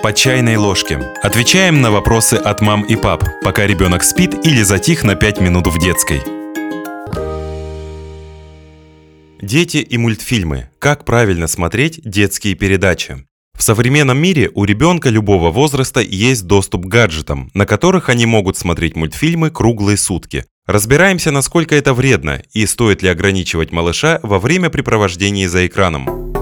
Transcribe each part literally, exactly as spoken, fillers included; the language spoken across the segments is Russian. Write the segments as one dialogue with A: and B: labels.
A: По чайной ложке. Отвечаем на вопросы от мам и пап, пока ребенок спит или затих на пять минут в детской. Дети и мультфильмы. Как правильно смотреть детские передачи? В современном мире у ребенка любого возраста есть доступ к гаджетам, на которых они могут смотреть мультфильмы круглые сутки. Разбираемся, насколько это вредно и стоит ли ограничивать малыша во время препровождения за экраном.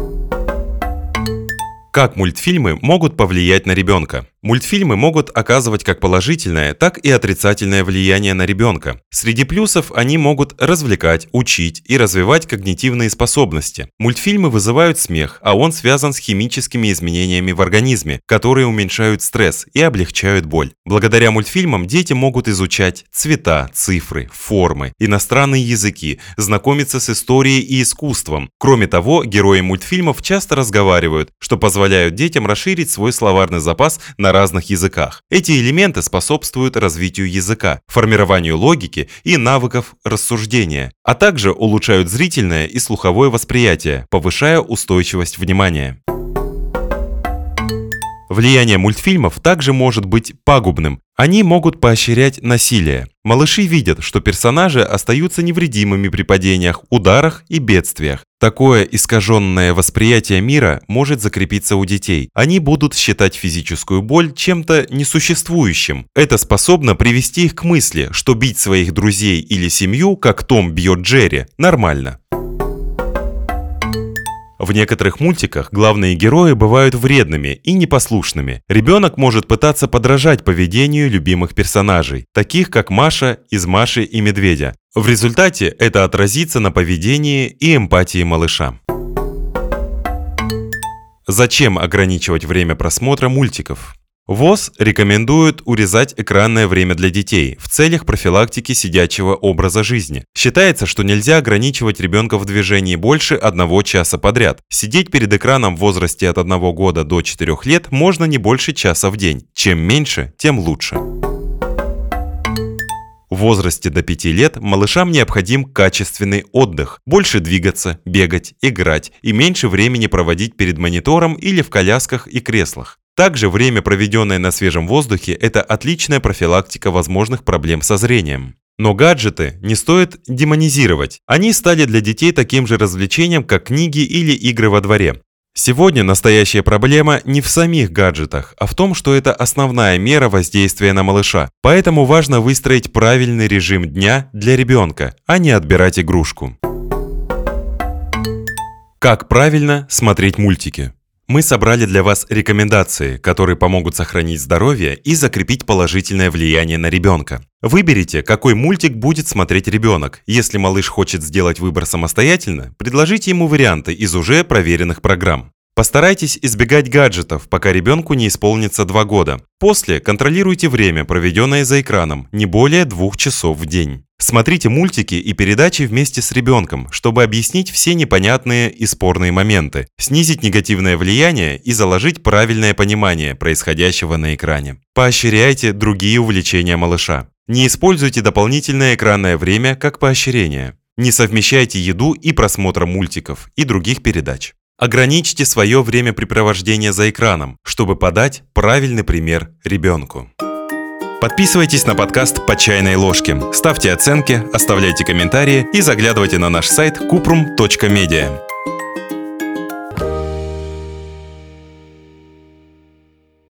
A: Как мультфильмы могут повлиять на ребенка? Мультфильмы могут оказывать как положительное, так и отрицательное влияние на ребенка. Среди плюсов они могут развлекать, учить и развивать когнитивные способности. Мультфильмы вызывают смех, а он связан с химическими изменениями в организме, которые уменьшают стресс и облегчают боль. Благодаря мультфильмам дети могут изучать цвета, цифры, формы, иностранные языки, знакомиться с историей и искусством. Кроме того, герои мультфильмов часто разговаривают, что позволяют детям расширить свой словарный запас на разных языках. Эти элементы способствуют развитию языка, формированию логики и навыков рассуждения, а также улучшают зрительное и слуховое восприятие, повышая устойчивость внимания. Влияние мультфильмов также может быть пагубным. Они могут поощрять насилие. Малыши видят, что персонажи остаются невредимыми при падениях, ударах и бедствиях. Такое искаженное восприятие мира может закрепиться у детей. Они будут считать физическую боль чем-то несуществующим. Это способно привести их к мысли, что бить своих друзей или семью, как Том бьет Джерри, нормально. В некоторых мультиках главные герои бывают вредными и непослушными. Ребенок может пытаться подражать поведению любимых персонажей, таких как Маша из «Маши и медведя». В результате это отразится на поведении и эмпатии малыша. Зачем ограничивать время просмотра мультиков? ВОЗ рекомендует урезать экранное время для детей в целях профилактики сидячего образа жизни. Считается, что нельзя ограничивать ребенка в движении больше одного часа подряд. Сидеть перед экраном в возрасте от одного года до четырёх лет можно не больше часа в день. Чем меньше, тем лучше. В возрасте до пяти лет малышам необходим качественный отдых, больше двигаться, бегать, играть и меньше времени проводить перед монитором или в колясках и креслах. Также время, проведенное на свежем воздухе, это отличная профилактика возможных проблем со зрением. Но гаджеты не стоит демонизировать. Они стали для детей таким же развлечением, как книги или игры во дворе. Сегодня настоящая проблема не в самих гаджетах, а в том, что это основная мера воздействия на малыша. Поэтому важно выстроить правильный режим дня для ребенка, а не отбирать игрушку. Как правильно смотреть мультики? Мы собрали для вас рекомендации, которые помогут сохранить здоровье и закрепить положительное влияние на ребенка. Выберите, какой мультик будет смотреть ребенок. Если малыш хочет сделать выбор самостоятельно, предложите ему варианты из уже проверенных программ. Постарайтесь избегать гаджетов, пока ребенку не исполнится два года. После контролируйте время, проведенное за экраном, не более двух часов в день. Смотрите мультики и передачи вместе с ребенком, чтобы объяснить все непонятные и спорные моменты, снизить негативное влияние и заложить правильное понимание происходящего на экране. Поощряйте другие увлечения малыша. Не используйте дополнительное экранное время как поощрение. Не совмещайте еду и просмотр мультиков и других передач. Ограничьте свое времяпрепровождение за экраном, чтобы подать правильный пример ребенку. Подписывайтесь на подкаст «По чайной ложке», ставьте оценки, оставляйте комментарии и заглядывайте на наш сайт купрум точка медиа.